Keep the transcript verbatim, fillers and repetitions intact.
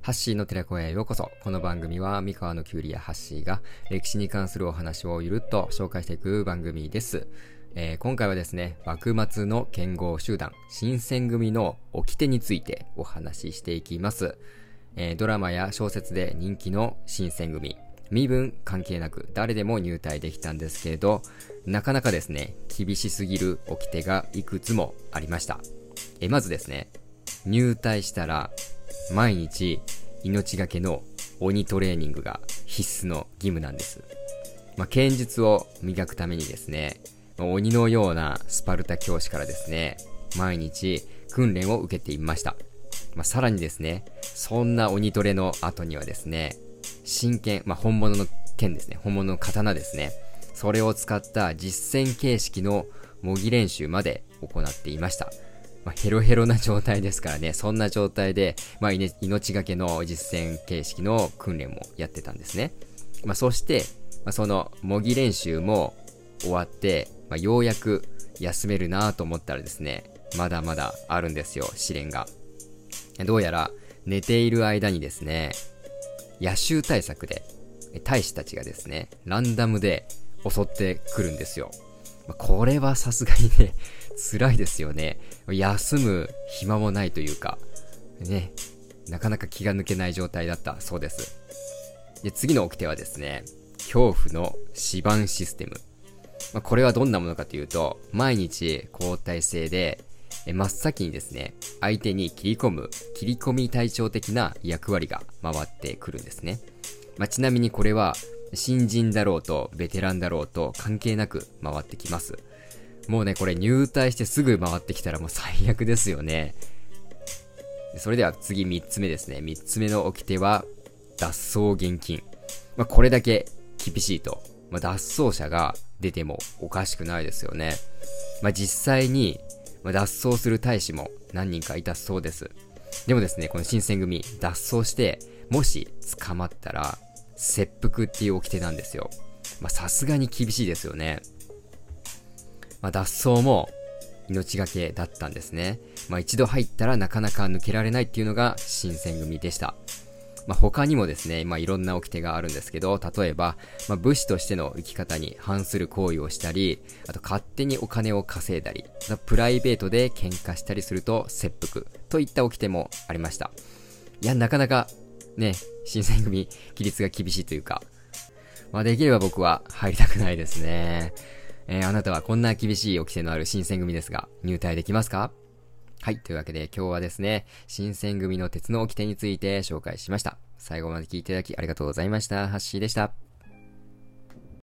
ハッシーの寺子屋へようこそ。この番組は三河のキュウリやハッシーが歴史に関するお話をゆるっと紹介していく番組です。えー、今回はですね、幕末の剣豪集団新選組の掟についてお話ししていきます。えー、ドラマや小説で人気の新選組、身分関係なく誰でも入隊できたんですけれど、なかなかですね、厳しすぎる掟がいくつもありました。えー、まずですね、入隊したら毎日命がけの鬼トレーニングが必須の義務なんです。まあ、剣術を磨くためにですね、鬼のようなスパルタ教師からですね、毎日訓練を受けていました。まあ、さらにですね、そんな鬼トレの後にはですね、真剣、まあ、本物の剣ですね、本物の刀ですね、それを使った実戦形式の模擬練習まで行っていました。まあ、ヘロヘロな状態ですからね、そんな状態で、まあ、命がけの実戦形式の訓練もやってたんですね。まあ、そして、まあ、その模擬練習も終わって、まあ、ようやく休めるなと思ったらですね、まだまだあるんですよ、試練が。どうやら寝ている間にですね、夜襲対策で大使たちがですね、ランダムで襲ってくるんですよ。まあ、これはさすがにね、辛いですよね。休む暇もないというか、ね、なかなか気が抜けない状態だったそうです。で、次の掟はですね、恐怖の指板システム。まあ、これはどんなものかというと、毎日交代制で、真っ先にですね、相手に切り込む、切り込み隊長的な役割が回ってくるんですね。まあ、ちなみにこれは、新人だろうとベテランだろうと関係なく回ってきます。もうね、これ入隊してすぐ回ってきたらもう最悪ですよね。それでは次みっつめですね。みっつめの掟は脱走厳禁。まあ、これだけ厳しいと、まあ、脱走者が出てもおかしくないですよね。まあ、実際に脱走する大使も何人かいたそうです。でもですね、この新選組脱走してもし捕まったら切腹っていう掟なんですよ。まあ、さすがに厳しいですよね。まあ、脱走も命がけだったんですね。まあ、一度入ったらなかなか抜けられないっていうのが新選組でした。まあ、他にもですね、まあ、いろんな掟があるんですけど、例えば、まあ、武士としての生き方に反する行為をしたり、あと勝手にお金を稼いだり、プライベートで喧嘩したりすると切腹といった掟もありました。いや、なかなかね、新選組規律が厳しいというか、まあ、できれば僕は入りたくないですね。えー、あなたはこんな厳しい掟のある新選組ですが、入隊できますか？はい。というわけで今日はですね、新選組の鉄の掟について紹介しました。最後まで聞いていただきありがとうございました。ハッシーでした。